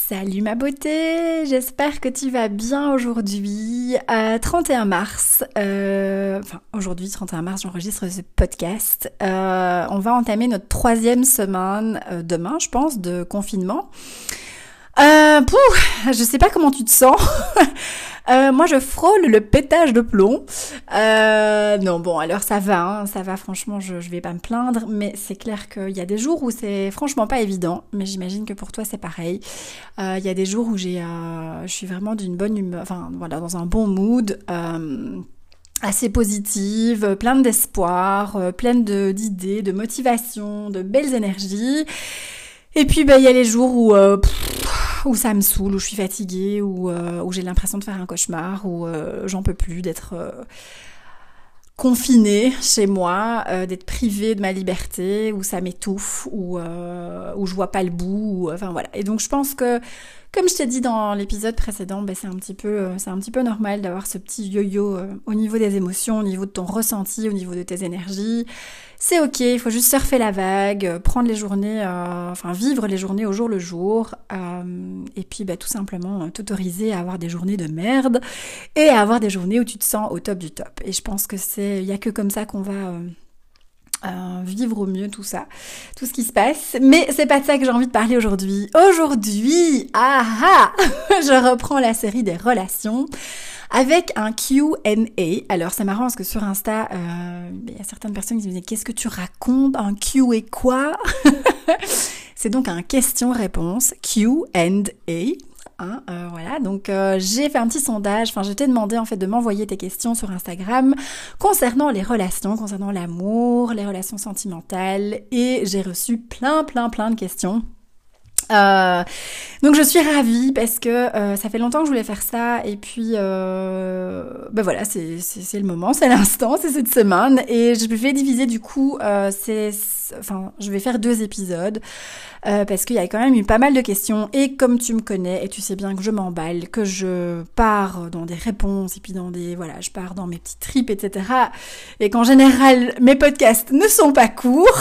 Salut ma beauté, j'espère que tu vas bien aujourd'hui. 31 mars, aujourd'hui 31 mars, j'enregistre ce podcast. On va entamer notre 3e semaine, demain je pense, de confinement. Je sais pas comment tu te sens. Moi je frôle le pétage de plomb. Non bon alors ça va franchement je vais pas me plaindre, mais c'est clair qu'il y a des jours où c'est franchement pas évident, mais j'imagine que pour toi c'est pareil. Il y a des jours où je suis vraiment d'une bonne humeur, dans un bon mood. Assez positive, pleine d'espoir, pleine d'idées, de motivation, de belles énergies. Et puis il y a les jours où ça me saoule, où je suis fatiguée, où j'ai l'impression de faire un cauchemar, où j'en peux plus d'être confinée chez moi, d'être privée de ma liberté, où ça m'étouffe, où je vois pas le bout, voilà. Et donc je pense que, comme je t'ai dit dans l'épisode précédent, c'est un petit peu normal d'avoir ce petit yo-yo au niveau des émotions, au niveau de ton ressenti, au niveau de tes énergies. C'est ok, il faut juste surfer la vague, prendre les journées, vivre les journées au jour le jour, et puis tout simplement t'autoriser à avoir des journées de merde et à avoir des journées où tu te sens au top du top. Et je pense que il y a que comme ça qu'on va vivre au mieux tout ça, tout ce qui se passe. Mais c'est pas de ça que j'ai envie de parler aujourd'hui. Aujourd'hui, je reprends la série des relations avec un Q&A. Alors c'est marrant parce que sur Insta, il y a certaines personnes qui me disent « Qu'est-ce que tu racontes ? Un Q&A quoi ?» C'est donc un question-réponse, Q&A. Voilà, donc j'ai fait un petit sondage, je t'ai demandé en fait de m'envoyer tes questions sur Instagram concernant les relations, concernant l'amour, les relations sentimentales, et j'ai reçu plein de questions. Donc je suis ravie parce que ça fait longtemps que je voulais faire ça, et puis voilà, c'est le moment, c'est l'instant, c'est cette semaine, et je vais diviser du coup je vais faire 2 épisodes parce qu'il y a quand même eu pas mal de questions, et comme tu me connais et tu sais bien que je m'emballe, que je pars dans des réponses et puis je pars dans mes petits trips, etc., et qu'en général mes podcasts ne sont pas courts.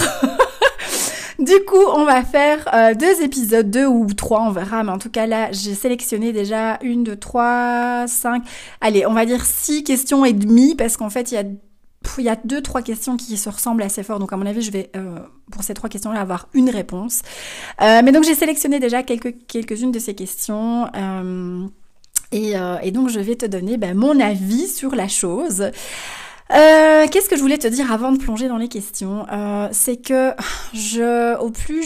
Du coup, on va faire 2 épisodes, 2 ou 3, on verra. Mais en tout cas, là, j'ai sélectionné déjà 1, 2, 3, 5... Allez, on va dire 6 questions et demie, parce qu'en fait, il y a 2-3 questions qui se ressemblent assez fort. Donc, à mon avis, je vais, pour ces 3 questions-là, avoir une réponse. Mais donc, j'ai sélectionné déjà quelques-unes de ces questions. Et donc, je vais te donner mon avis sur la chose. Qu'est-ce que je voulais te dire avant de plonger dans les questions, c'est que au plus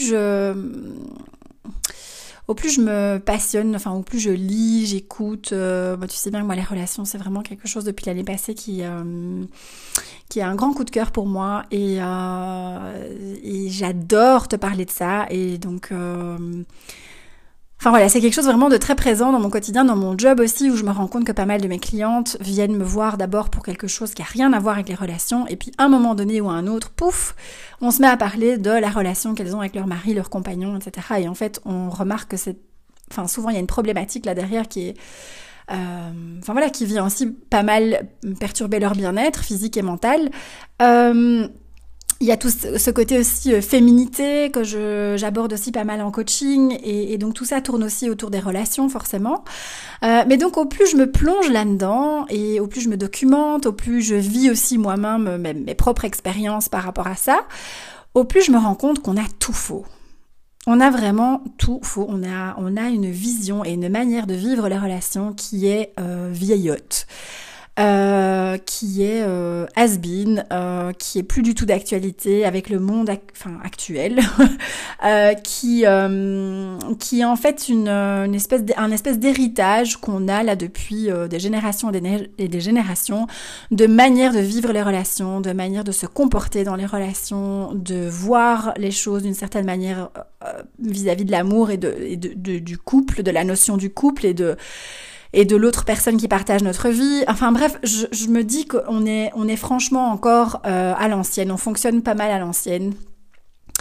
je me passionne, au plus je lis, j'écoute, tu sais bien que moi les relations c'est vraiment quelque chose depuis l'année passée qui est un grand coup de cœur pour moi, et j'adore te parler de ça, et donc c'est quelque chose vraiment de très présent dans mon quotidien, dans mon job aussi, où je me rends compte que pas mal de mes clientes viennent me voir d'abord pour quelque chose qui a rien à voir avec les relations, et puis à un moment donné ou à un autre, pouf, on se met à parler de la relation qu'elles ont avec leur mari, leur compagnon, etc. Et en fait, on remarque que souvent il y a une problématique là derrière qui est qui vient aussi pas mal perturber leur bien-être physique et mental. Il y a tout ce côté aussi féminité que j'aborde aussi pas mal en coaching, et donc tout ça tourne aussi autour des relations forcément. Mais donc au plus je me plonge là-dedans, et au plus je me documente, au plus je vis aussi moi-même mes propres expériences par rapport à ça, au plus je me rends compte qu'on a tout faux. On a vraiment tout faux. On a une vision et une manière de vivre les relations qui est vieillotte. Qui est has-been, qui est plus du tout d'actualité avec le monde actuel, qui est en fait un espèce d'héritage qu'on a là depuis des générations et des générations, de manière de vivre les relations, de manière de se comporter dans les relations, de voir les choses d'une certaine manière vis-à-vis de l'amour et du couple, de la notion du couple et de l'autre personne qui partage notre vie. Bref, je me dis qu'on est franchement encore à l'ancienne. On fonctionne pas mal à l'ancienne.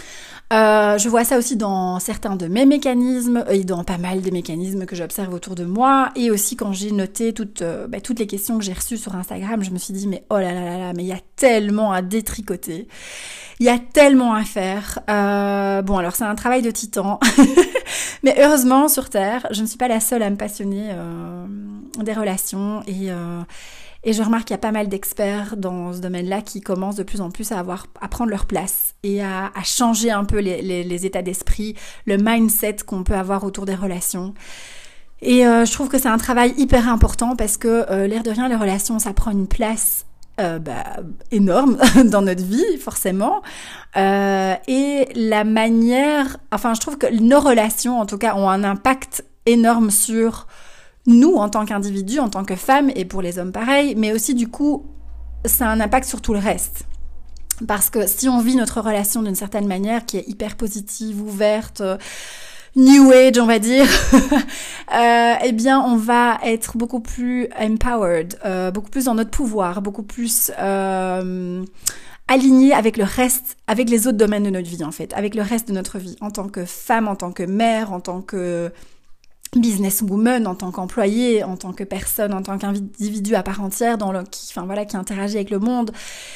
Je vois ça aussi dans certains de mes mécanismes et dans pas mal des mécanismes que j'observe autour de moi. Et aussi quand j'ai noté toutes les questions que j'ai reçues sur Instagram, je me suis dit mais oh là là là là, mais il y a tellement à détricoter. Il y a tellement à faire. Bon, alors c'est un travail de titan. Mais heureusement, sur Terre, je ne suis pas la seule à me passionner des relations. Et je remarque qu'il y a pas mal d'experts dans ce domaine-là qui commencent de plus en plus à prendre leur place et à changer un peu les états d'esprit, le mindset qu'on peut avoir autour des relations. Et je trouve que c'est un travail hyper important parce que l'air de rien, les relations, ça prend une place énorme dans notre vie, forcément. Et la manière... Enfin, je trouve que nos relations, en tout cas, ont un impact énorme sur nous, en tant qu'individus, en tant que femmes, et pour les hommes pareil, mais aussi, du coup, ça a un impact sur tout le reste. Parce que si on vit notre relation d'une certaine manière, qui est hyper positive, ouverte... New Age, on va dire, eh bien, on va être beaucoup plus empowered, beaucoup plus dans notre pouvoir, beaucoup plus aligné avec le reste, avec les autres domaines de notre vie, en fait, avec le reste de notre vie, en tant que femme, en tant que mère, en tant que businesswoman, en tant qu'employée, en tant que personne, en tant qu'individu à part entière, qui interagit avec le monde.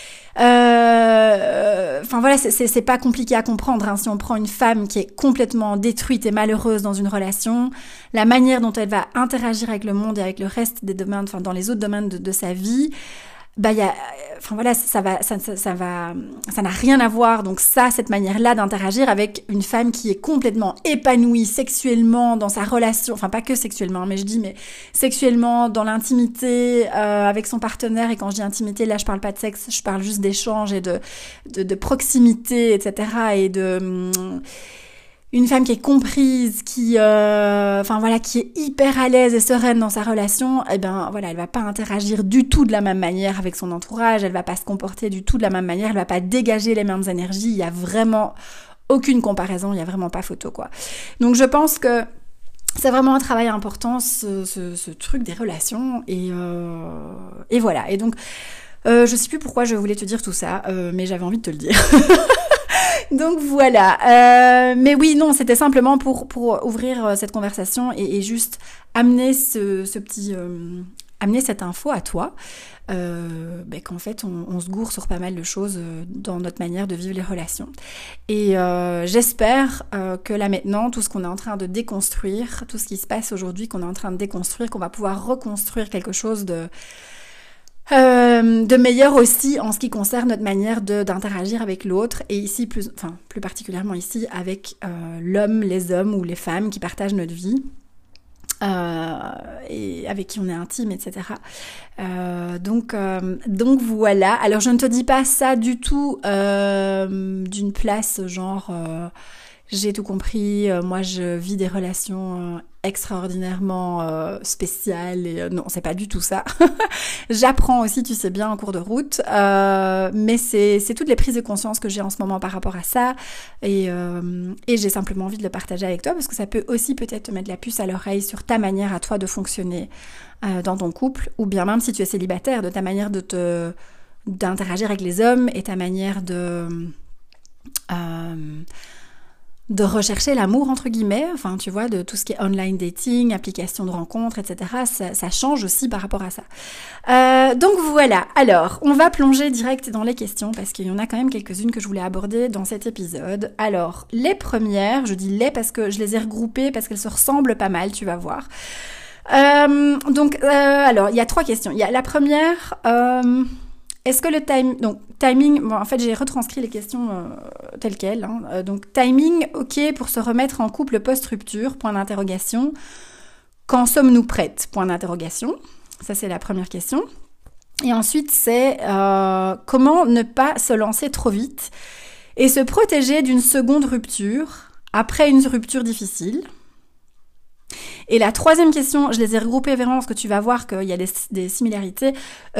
C'est pas compliqué à comprendre, hein. Si on prend une femme qui est complètement détruite et malheureuse dans une relation, la manière dont elle va interagir avec le monde et avec le reste des domaines, dans les autres domaines de sa vie, ça n'a rien à voir. Donc cette manière-là d'interagir avec une femme qui est complètement épanouie sexuellement dans sa relation, enfin pas que sexuellement, mais sexuellement dans l'intimité avec son partenaire. Et quand je dis intimité, là je parle pas de sexe, je parle juste d'échange et de proximité, etc. Et une femme qui est comprise, qui est hyper à l'aise et sereine dans sa relation, elle va pas interagir du tout de la même manière avec son entourage, elle va pas se comporter du tout de la même manière, elle va pas dégager les mêmes énergies, il y a vraiment aucune comparaison, il y a vraiment pas photo, quoi. Donc je pense que c'est vraiment un travail important, ce truc des relations, et voilà. Et donc, je sais plus pourquoi je voulais te dire tout ça, mais j'avais envie de te le dire. Donc voilà, mais oui, non, c'était simplement pour ouvrir cette conversation et juste amener amener cette info à toi, qu'en fait on se gourre sur pas mal de choses dans notre manière de vivre les relations. Et j'espère que là maintenant, tout ce qu'on est en train de déconstruire, tout ce qui se passe aujourd'hui qu'on est en train de déconstruire, qu'on va pouvoir reconstruire quelque chose de meilleur aussi en ce qui concerne notre manière d'interagir avec l'autre, et ici plus particulièrement ici avec l'homme, les hommes ou les femmes qui partagent notre vie et avec qui on est intime, etc. Donc voilà. Alors je ne te dis pas ça du tout d'une place genre j'ai tout compris, moi je vis des relations extraordinairement spéciales, et non, c'est pas du tout ça. J'apprends aussi, tu sais bien, en cours de route, mais c'est toutes les prises de conscience que j'ai en ce moment par rapport à ça, et j'ai simplement envie de le partager avec toi parce que ça peut aussi peut-être te mettre la puce à l'oreille sur ta manière à toi de fonctionner dans ton couple, ou bien même si tu es célibataire, de ta manière d'interagir avec les hommes et ta manière de rechercher l'amour, entre guillemets, enfin tu vois, de tout ce qui est online dating, application de rencontres, etc. Ça change aussi par rapport à ça. Donc voilà, alors on va plonger direct dans les questions parce qu'il y en a quand même quelques-unes que je voulais aborder dans cet épisode. Alors les premières, je dis les parce que je les ai regroupées parce qu'elles se ressemblent pas mal, tu vas voir. Alors il y a 3 questions. Il y a la première... Est-ce que le timing, bon, en fait j'ai retranscrit les questions telles quelles, hein. Donc timing, ok pour se remettre en couple post-rupture, point d'interrogation. Quand sommes-nous prêtes, point d'interrogation. Ça c'est la première question. Et ensuite c'est comment ne pas se lancer trop vite et se protéger d'une seconde rupture après une rupture difficile. Et la troisième question, je les ai regroupées vraiment parce que tu vas voir qu'il y a des similitudes.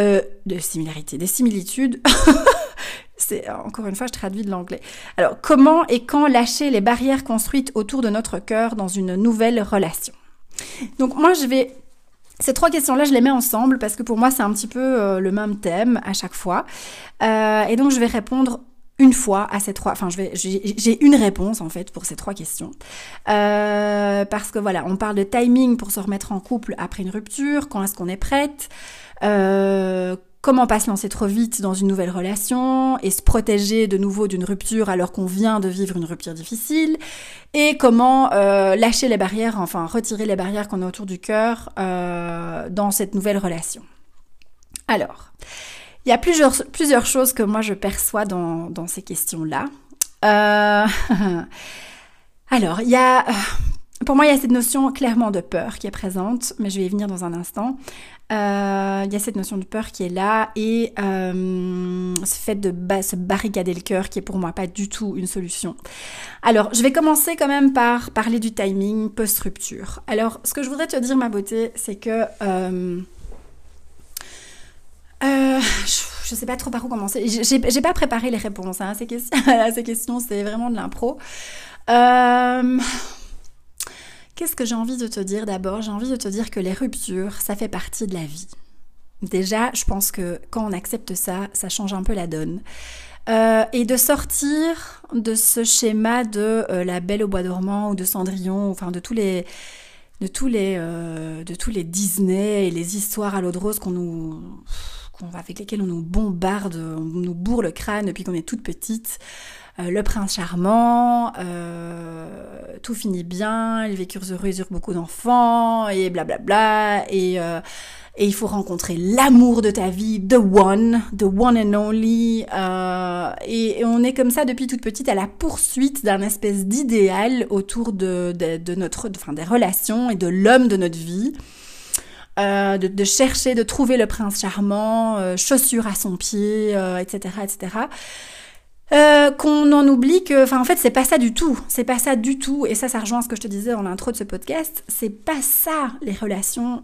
C'est, encore une fois, je traduis de l'anglais. Alors, comment et quand lâcher les barrières construites autour de notre cœur dans une nouvelle relation? Donc moi, ces 3 questions-là, je les mets ensemble parce que pour moi, c'est un petit peu le même thème à chaque fois. Et donc, je vais répondre une fois à ces trois, enfin j'ai une réponse en fait pour ces trois questions. Parce que voilà, on parle de timing pour se remettre en couple après une rupture, quand est-ce qu'on est prête, comment pas se lancer trop vite dans une nouvelle relation et se protéger de nouveau d'une rupture alors qu'on vient de vivre une rupture difficile, et comment lâcher les barrières, enfin retirer les barrières qu'on a autour du cœur dans cette nouvelle relation. Alors, il y a plusieurs choses que moi je perçois dans ces questions-là. Alors, il y a... Pour moi, il y a cette notion clairement de peur qui est présente, mais je vais y venir dans un instant. Il y a cette notion de peur qui est là, et ce fait de se barricader le cœur qui est pour moi pas du tout une solution. Alors, je vais commencer quand même par parler du timing post-rupture. Alors, ce que je voudrais te dire, ma beauté, c'est que... je sais pas trop par où commencer. J'ai pas préparé les réponses à ces questions, c'est vraiment de l'impro. Qu'est-ce que j'ai envie de te dire d'abord ? J'ai envie de te dire que les ruptures, ça fait partie de la vie. Déjà, je pense que quand on accepte ça, ça change un peu la donne. Et de sortir de ce schéma de La Belle au bois dormant ou de Cendrillon, enfin de tous les Disney et les histoires à l'eau de rose avec lesquelles on nous bombarde, on nous bourre le crâne depuis qu'on est toute petite. Le prince charmant, tout finit bien, ils vécurent heureux, ils eurent beaucoup d'enfants, et blablabla, et il faut rencontrer l'amour de ta vie, the one and only, et on est comme ça depuis toute petite à la poursuite d'un espèce d'idéal autour de des relations et de l'homme de notre vie. De chercher, de trouver le prince charmant, chaussures à son pied, etc., etc., qu'on en oublie que, enfin en fait c'est pas ça du tout, et ça rejoint ce que je te disais en intro de ce podcast, c'est pas ça les relations,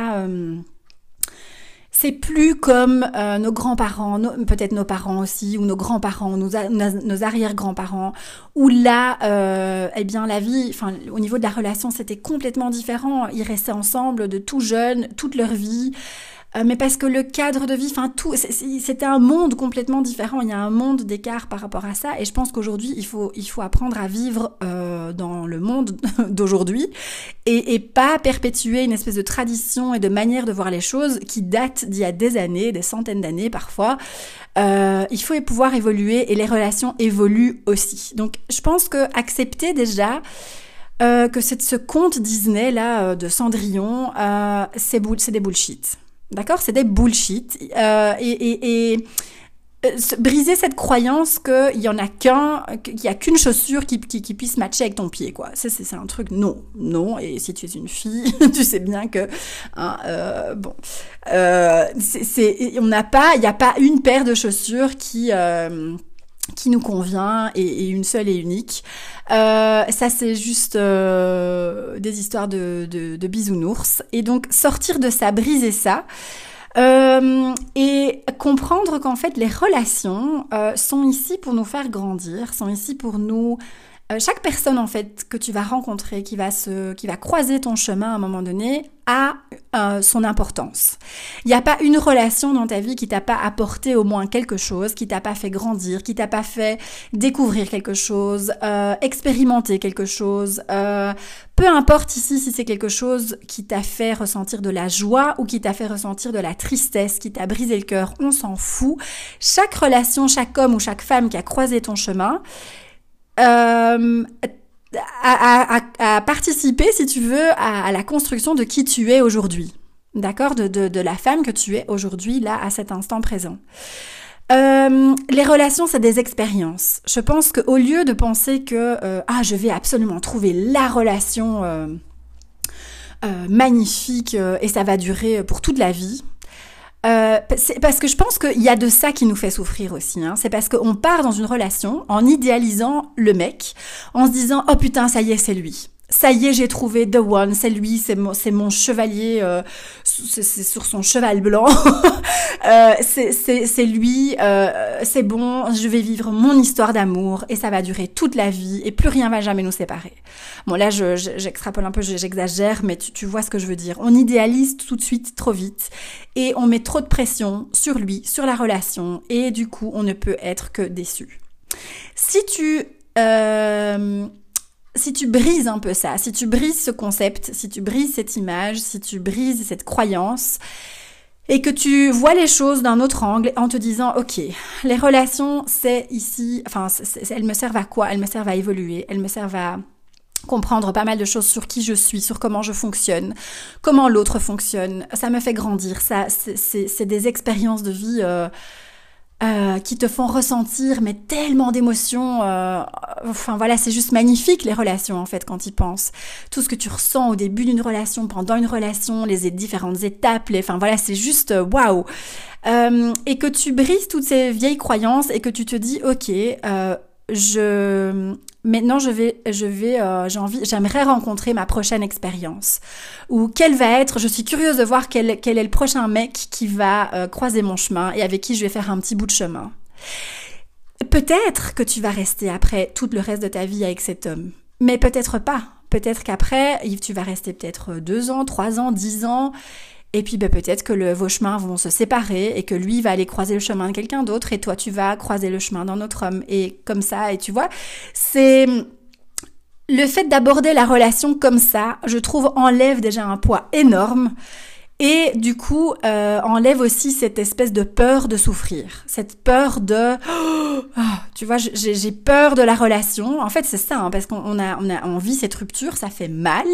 c'est plus comme nos grands-parents, peut-être nos parents aussi, ou nos grands-parents, nos arrière-grands-parents, où là, eh bien la vie, enfin au niveau de la relation, c'était complètement différent. Ils restaient ensemble de tout jeunes, toute leur vie. Mais parce que le cadre de vie, enfin tout, c'était un monde complètement différent. Il y a un monde d'écart par rapport à ça, et je pense qu'aujourd'hui il faut apprendre à vivre dans le monde d'aujourd'hui et pas perpétuer une espèce de tradition et de manière de voir les choses qui date d'il y a des années, des centaines d'années parfois. Il faut pouvoir évoluer, et les relations évoluent aussi. Donc je pense que accepter déjà que ce conte Disney là de Cendrillon, c'est des bullshit. D'accord, c'est des bullshit, briser cette croyance qu'il y a qu'une chaussure qui puisse matcher avec ton pied, quoi. C'est un truc non. Et si tu es une fille, tu sais bien que il n'y a pas une paire de chaussures qui nous convient et une seule et unique. Ça c'est juste des histoires de bisounours, et donc sortir de ça, briser ça, et comprendre qu'en fait les relations sont ici pour nous faire grandir, sont ici pour nous... chaque personne en fait que tu vas rencontrer, qui va croiser ton chemin à un moment donné, a son importance. Il n'y a pas une relation dans ta vie qui t'a pas apporté au moins quelque chose, qui t'a pas fait grandir, qui t'a pas fait découvrir quelque chose, expérimenter quelque chose. Peu importe ici si c'est quelque chose qui t'a fait ressentir de la joie ou qui t'a fait ressentir de la tristesse, qui t'a brisé le cœur, on s'en fout. Chaque relation, chaque homme ou chaque femme qui a croisé ton chemin à participer, si tu veux, à la construction de qui tu es aujourd'hui. D'accord ? De la femme que tu es aujourd'hui, là, à cet instant présent. Les relations, c'est des expériences. Je pense qu'au lieu de penser que je vais absolument trouver la relation magnifique et ça va durer pour toute la vie, c'est parce que je pense qu'il y a de ça qui nous fait souffrir aussi, hein. C'est parce qu'on part dans une relation en idéalisant le mec, en se disant « Oh putain, ça y est, c'est lui. Ça y est, j'ai trouvé the one, c'est lui, c'est mon chevalier, c'est sur son cheval blanc, c'est lui, c'est bon, je vais vivre mon histoire d'amour et ça va durer toute la vie et plus rien va jamais nous séparer. » Bon là, j'extrapole un peu, j'exagère, mais tu vois ce que je veux dire. On idéalise tout de suite trop vite et on met trop de pression sur lui, sur la relation, et du coup, on ne peut être que déçu. Si tu brises un peu ça, si tu brises ce concept, si tu brises cette image, si tu brises cette croyance, et que tu vois les choses d'un autre angle en te disant, ok, les relations, c'est ici, enfin, elles me servent à quoi? Elles me servent à évoluer, elles me servent à comprendre pas mal de choses sur qui je suis, sur comment je fonctionne, comment l'autre fonctionne. Ça me fait grandir, ça, c'est des expériences de vie qui te font ressentir mais tellement d'émotions. Enfin voilà, c'est juste magnifique les relations en fait quand y penses. Tout ce que tu ressens au début d'une relation, pendant une relation, les différentes étapes, enfin voilà, c'est juste waouh. Et que tu brises toutes ces vieilles croyances et que tu te dis ok, maintenant j'aimerais rencontrer ma prochaine expérience. Ou quelle va être, je suis curieuse de voir quel est le prochain mec qui va croiser mon chemin et avec qui je vais faire un petit bout de chemin. Peut-être que tu vas rester après tout le reste de ta vie avec cet homme, mais peut-être pas. Peut-être qu'après, tu vas rester peut-être 2 ans, 3 ans, 10 ans, et puis peut-être que vos chemins vont se séparer et que lui va aller croiser le chemin de quelqu'un d'autre et toi tu vas croiser le chemin d'un autre homme. Et comme ça, et tu vois, c'est le fait d'aborder la relation comme ça, je trouve, enlève déjà un poids énorme. Et du coup, enlève aussi cette espèce de peur de souffrir, cette peur de, tu vois, j'ai peur de la relation. En fait, c'est ça, hein, parce on vit cette rupture, ça fait mal.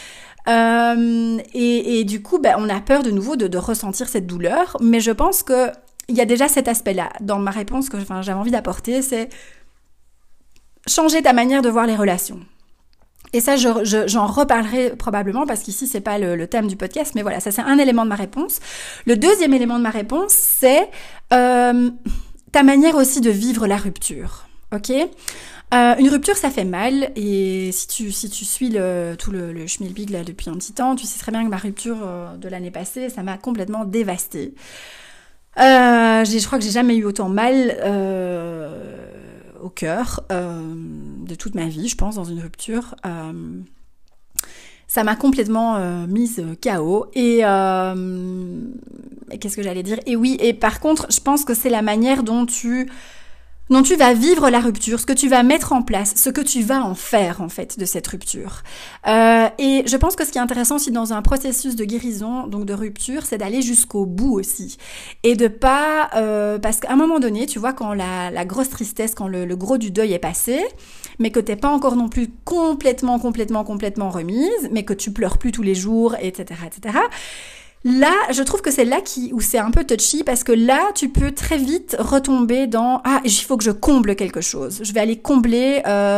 Et du coup, on a peur de nouveau de ressentir cette douleur. Mais je pense que il y a déjà cet aspect-là dans ma réponse que j'avais envie d'apporter, c'est changer ta manière de voir les relations. Et ça, j'en reparlerai probablement parce qu'ici, c'est pas le thème du podcast, mais voilà, ça c'est un élément de ma réponse. Le deuxième élément de ma réponse, c'est ta manière aussi de vivre la rupture, ok ? Une rupture, ça fait mal, et si tu suis tout le schmilblick là depuis un petit temps, tu sais très bien que ma rupture de l'année passée, ça m'a complètement dévastée. Je crois que j'ai jamais eu autant mal au cœur de toute ma vie, je pense, dans une rupture. Ça m'a complètement mise KO. Et qu'est-ce que j'allais dire ? Et oui, et par contre, je pense que c'est la manière dont tu vas vivre la rupture, ce que tu vas mettre en place, ce que tu vas en faire en fait de cette rupture. Et je pense que ce qui est intéressant aussi dans un processus de guérison, donc de rupture, c'est d'aller jusqu'au bout aussi. Et de pas... parce qu'à un moment donné, tu vois, quand la grosse tristesse, quand le gros du deuil est passé, mais que t'es pas encore non plus complètement remise, mais que tu pleures plus tous les jours, etc., etc., là, je trouve que c'est là où c'est un peu touchy parce que là, tu peux très vite retomber dans « Ah, il faut que je comble quelque chose. Je vais aller combler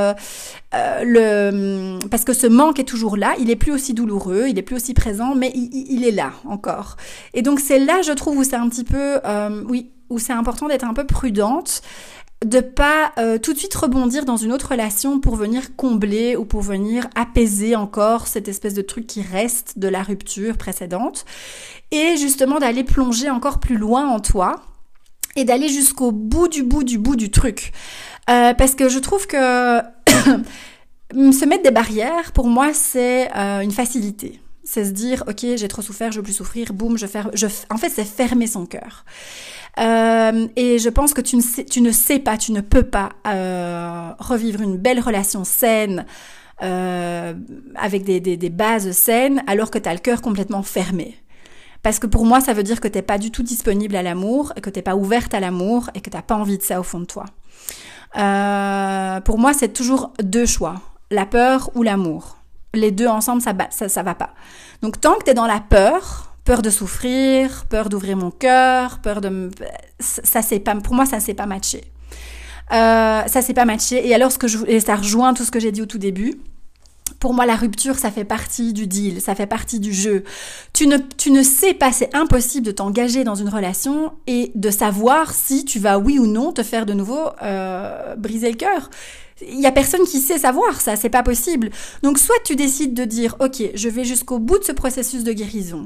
parce que ce manque est toujours là. Il est plus aussi douloureux, il est plus aussi présent, mais il est là encore. » Et donc, c'est là, je trouve, où c'est un petit peu... où c'est important d'être un peu prudente, de pas tout de suite rebondir dans une autre relation pour venir combler ou pour venir apaiser encore cette espèce de truc qui reste de la rupture précédente, et justement d'aller plonger encore plus loin en toi et d'aller jusqu'au bout du truc, parce que je trouve que se mettre des barrières, pour moi, c'est une facilité. C'est se dire, ok, j'ai trop souffert, je veux plus souffrir, boum, en fait, c'est fermer son cœur. Et je pense que tu ne peux pas revivre une belle relation saine, avec des bases saines, alors que tu as le cœur complètement fermé. Parce que pour moi, ça veut dire que t'es pas du tout disponible à l'amour, et que t'es pas ouverte à l'amour, et que t'as pas envie de ça au fond de toi. Pour moi, c'est toujours 2 choix, la peur ou l'amour. Les 2 ensemble, ça va pas. Donc tant que t'es dans la peur de souffrir, peur d'ouvrir mon cœur, pour moi, ça s'est pas matché. Ça s'est pas matché. Et alors, et ça rejoint tout ce que j'ai dit au tout début. Pour moi, la rupture, ça fait partie du deal, ça fait partie du jeu. Tu ne sais pas, c'est impossible de t'engager dans une relation et de savoir si tu vas, oui ou non, te faire de nouveau briser le cœur. Il y a personne qui sait savoir ça, c'est pas possible. Donc soit tu décides de dire, ok, je vais jusqu'au bout de ce processus de guérison.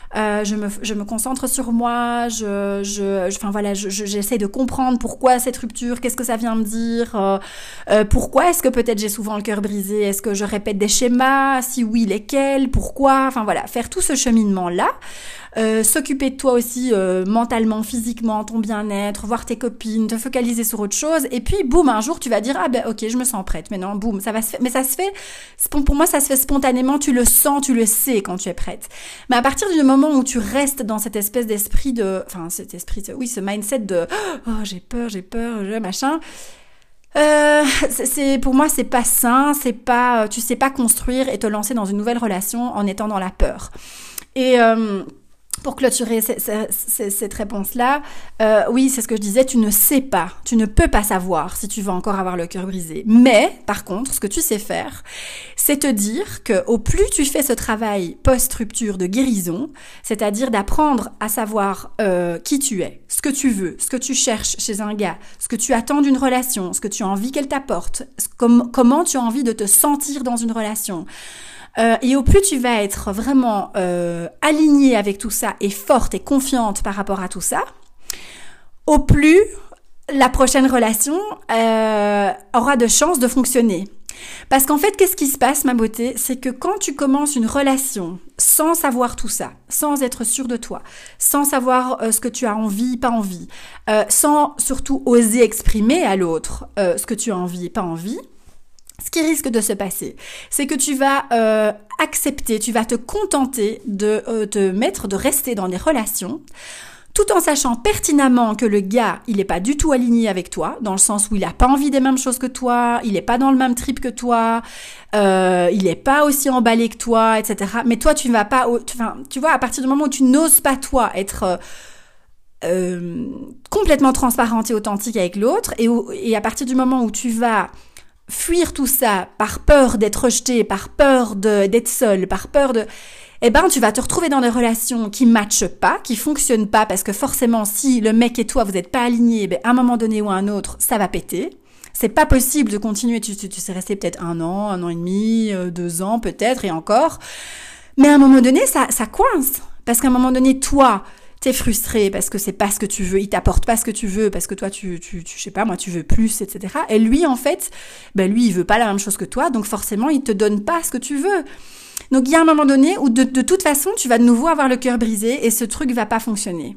je me concentre sur moi, enfin voilà, j'essaie de comprendre pourquoi cette rupture, qu'est-ce que ça vient me dire, pourquoi est-ce que peut-être j'ai souvent le cœur brisé, est-ce que je répète des schémas, si oui, lesquels, pourquoi, enfin voilà, faire tout ce cheminement-là. S'occuper de toi aussi mentalement, physiquement, ton bien-être, voir tes copines, te focaliser sur autre chose, et puis boum, un jour tu vas dire ah ben ok, je me sens prête, maintenant boum, ça va se faire, mais ça se fait, pour moi ça se fait spontanément, tu le sens, tu le sais quand tu es prête. Mais à partir du moment où tu restes dans cette espèce d'esprit de, enfin cet esprit, oui, ce mindset de oh j'ai peur, machin. Pour moi c'est pas sain, c'est pas, tu sais pas construire et te lancer dans une nouvelle relation en étant dans la peur. Et pour clôturer cette réponse-là, oui, c'est ce que je disais, tu ne sais pas, tu ne peux pas savoir si tu vas encore avoir le cœur brisé. Mais, par contre, ce que tu sais faire, c'est te dire que au plus tu fais ce travail post-rupture de guérison, c'est-à-dire d'apprendre à savoir qui tu es, ce que tu veux, ce que tu cherches chez un gars, ce que tu attends d'une relation, ce que tu as envie qu'elle t'apporte, comment tu as envie de te sentir dans une relation, et au plus tu vas être vraiment alignée avec tout ça et forte et confiante par rapport à tout ça, au plus la prochaine relation aura de chances de fonctionner. Parce qu'en fait, qu'est-ce qui se passe, ma beauté? C'est que quand tu commences une relation sans savoir tout ça, sans être sûre de toi, sans savoir ce que tu as envie, pas envie, sans surtout oser exprimer à l'autre ce que tu as envie, pas envie, ce qui risque de se passer, c'est que tu vas accepter, tu vas te contenter de rester dans des relations, tout en sachant pertinemment que le gars, il est pas du tout aligné avec toi, dans le sens où il a pas envie des mêmes choses que toi, il est pas dans le même trip que toi, il est pas aussi emballé que toi, etc. Mais toi, tu ne vas pas, tu vois, à partir du moment où tu n'oses pas toi être complètement transparente et authentique avec l'autre, et à partir du moment où tu vas fuir tout ça par peur d'être rejeté, par peur d'être seul, par peur de... Eh ben, tu vas te retrouver dans des relations qui matchent pas, qui fonctionnent pas, parce que forcément, si le mec et toi, vous n'êtes pas alignés, ben, à un moment donné ou à un autre, ça va péter. C'est pas possible de continuer, tu sais rester peut-être 1 an et demi, 2 ans peut-être, et encore. Mais à un moment donné, ça coince. Parce qu'à un moment donné, toi, t'es frustré parce que c'est pas ce que tu veux, il t'apporte pas ce que tu veux, parce que toi, tu je sais pas, moi, tu veux plus, etc. Et lui, en fait, ben, lui, il veut pas la même chose que toi, donc forcément, il te donne pas ce que tu veux. Donc, il y a un moment donné où, de toute façon, tu vas de nouveau avoir le cœur brisé et ce truc va pas fonctionner.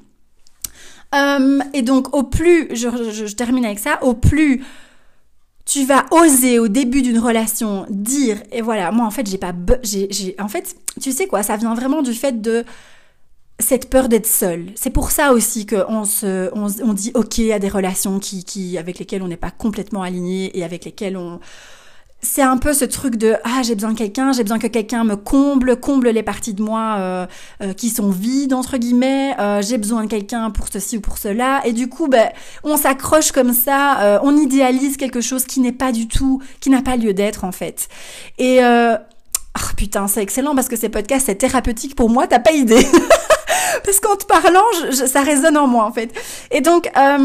Et donc, au plus, je termine avec ça, au plus tu vas oser au début d'une relation dire, et voilà, moi, en fait, en fait, tu sais quoi, ça vient vraiment du fait de cette peur d'être seule. C'est pour ça aussi qu'on dit ok à des relations avec lesquelles on n'est pas complètement aligné et avec lesquelles c'est un peu ce truc de j'ai besoin que quelqu'un me comble les parties de moi qui sont vides entre guillemets, j'ai besoin de quelqu'un pour ceci ou pour cela, et du coup on s'accroche comme ça, on idéalise quelque chose qui n'a pas lieu d'être en fait. Et putain, c'est excellent parce que ces podcasts c'est thérapeutique pour moi, t'as pas idée. Parce qu'en te parlant, ça résonne en moi en fait. Et donc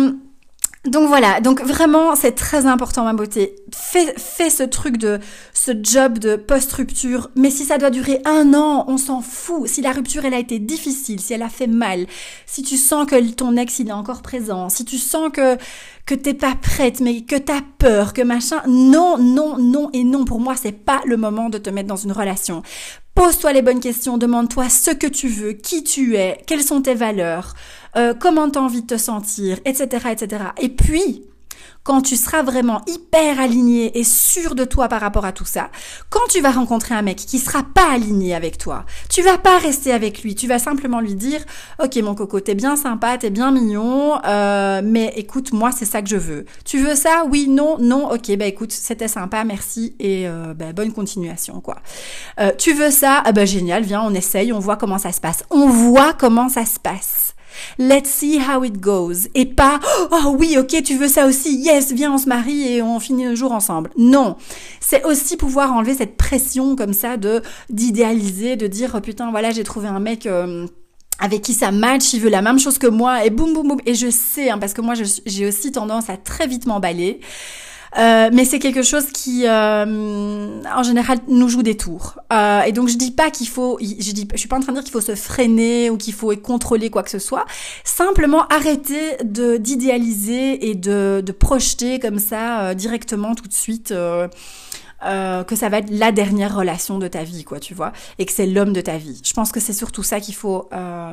voilà, donc vraiment c'est très important ma beauté. Fais ce truc ce job de post-rupture, mais si ça doit durer 1 an, on s'en fout. Si la rupture elle a été difficile, si elle a fait mal, si tu sens que ton ex il est encore présent, si tu sens que t'es pas prête, mais que t'as peur, que machin, non et non, pour moi c'est pas le moment de te mettre dans une relation. Pose-toi les bonnes questions, demande-toi ce que tu veux, qui tu es, quelles sont tes valeurs, comment t'as envie de te sentir, etc., etc. Et puis, quand tu seras vraiment hyper aligné et sûr de toi par rapport à tout ça, quand tu vas rencontrer un mec qui sera pas aligné avec toi, tu vas pas rester avec lui, tu vas simplement lui dire « Ok mon coco, t'es bien sympa, t'es bien mignon, mais écoute, moi c'est ça que je veux. Tu veux ça? Oui, non, ok, écoute, c'était sympa, merci et bonne continuation quoi. Tu veux ça? Génial, viens, on essaye, on voit comment ça se passe. On voit comment ça se passe. Let's see how it goes. Et pas, oh oui, ok, tu veux ça aussi, yes, viens, on se marie et on finit le jour ensemble. Non. C'est aussi pouvoir enlever cette pression comme ça d'idéaliser, de dire, oh putain, voilà, j'ai trouvé un mec, avec qui ça match, il veut la même chose que moi, et boum, boum, boum. Et je sais, parce que moi, j'ai aussi tendance à très vite m'emballer. Mais c'est quelque chose qui, en général, nous joue des tours. Et donc, je dis pas qu'il faut, je suis pas en train de dire qu'il faut se freiner ou qu'il faut contrôler quoi que ce soit. Simplement, arrêter d'idéaliser et de projeter comme ça, directement, tout de suite, que ça va être la dernière relation de ta vie, quoi, tu vois, et que c'est l'homme de ta vie. Je pense que c'est surtout ça qu'il faut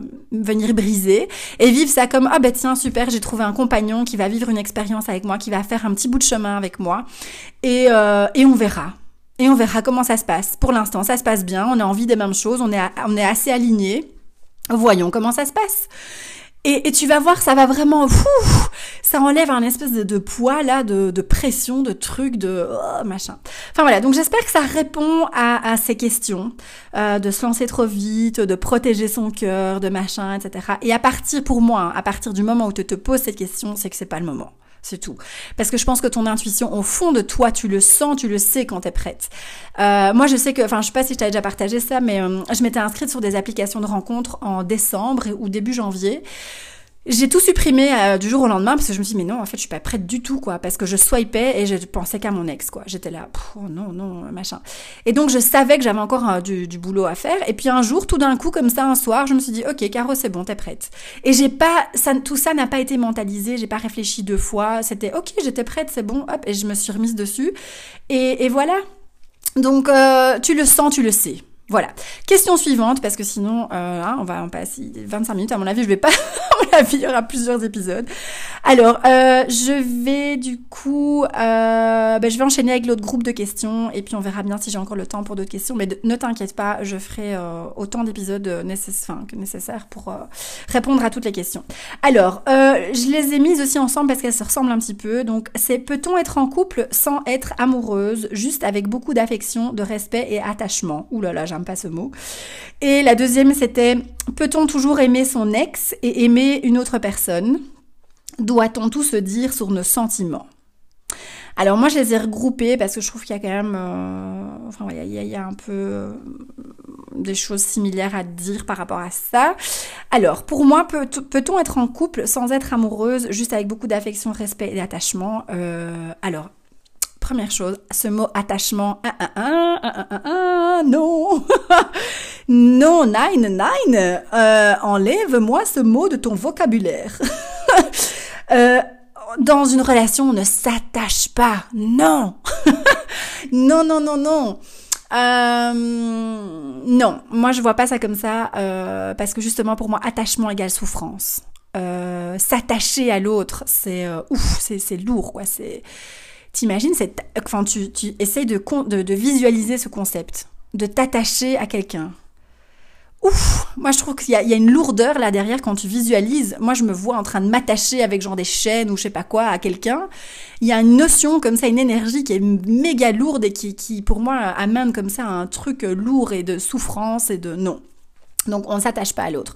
venir briser et vivre ça comme ah ben tiens super, j'ai trouvé un compagnon qui va vivre une expérience avec moi, qui va faire un petit bout de chemin avec moi et on verra. Et on verra comment ça se passe. Pour l'instant, ça se passe bien, on a envie des mêmes choses, on est assez alignés. Voyons comment ça se passe. Et tu vas voir, ça va vraiment, ça enlève un espèce de poids là, de pression, de trucs, de machin. Enfin voilà, donc j'espère que ça répond à ces questions, de se lancer trop vite, de protéger son cœur, de machin, etc. Et pour moi, à partir du moment où tu te poses cette question, c'est que c'est pas le moment. C'est tout. Parce que je pense que ton intuition, au fond de toi, tu le sens, tu le sais quand t'es prête. Moi, je sais que, enfin, je sais pas si je t'avais déjà partagé ça, mais je m'étais inscrite sur des applications de rencontres en décembre ou début janvier. J'ai tout supprimé du jour au lendemain parce que je me suis dit mais non, en fait, je suis pas prête du tout, quoi, parce que je swipais et je pensais qu'à mon ex, quoi. J'étais là, oh non, machin. Et donc, je savais que j'avais encore du boulot à faire. Et puis un jour, tout d'un coup, comme ça, un soir, je me suis dit, ok, Caro, c'est bon, t'es prête. Et tout ça n'a pas été mentalisé, j'ai pas réfléchi 2 fois. C'était, ok, j'étais prête, c'est bon, hop, et je me suis remise dessus. Et voilà. Donc, tu le sens, tu le sais. Voilà. Question suivante, parce que sinon, on va en passer 25 minutes. À mon avis, je vais pas. À mon avis, il y aura plusieurs épisodes. Alors, je vais du coup, je vais enchaîner avec l'autre groupe de questions, et puis on verra bien si j'ai encore le temps pour d'autres questions. Mais ne t'inquiète pas, je ferai autant d'épisodes que nécessaire pour répondre à toutes les questions. Alors, je les ai mises aussi ensemble parce qu'elles se ressemblent un petit peu. Donc, c'est peut-on être en couple sans être amoureuse, juste avec beaucoup d'affection, de respect et attachement. Ouh là là, j'aime pas ce mot. Et la deuxième, c'était peut-on toujours aimer son ex et aimer une autre personne? Doit-on tout se dire sur nos sentiments? Alors moi, je les ai regroupés parce que je trouve qu'il y a quand même, il y a un peu des choses similaires à dire par rapport à ça. Alors, pour moi, peut-on être en couple sans être amoureuse, juste avec beaucoup d'affection, respect et d'attachement? Alors, première chose, ce mot attachement, non, non, nine, enlève-moi ce mot de ton vocabulaire. Dans une relation, on ne s'attache pas, non, non. Non, moi je vois pas ça comme ça, parce que justement pour moi, attachement égale souffrance. S'attacher à l'autre, c'est lourd, quoi, t'imagines, tu essayes de visualiser ce concept, de t'attacher à quelqu'un. Ouf, moi je trouve qu'il y a une lourdeur là derrière quand tu visualises. Moi je me vois en train de m'attacher avec genre des chaînes ou je sais pas quoi à quelqu'un. Il y a une notion comme ça, une énergie qui est méga lourde et qui pour moi amène comme ça un truc lourd et de souffrance et de non. Donc on ne s'attache pas à l'autre.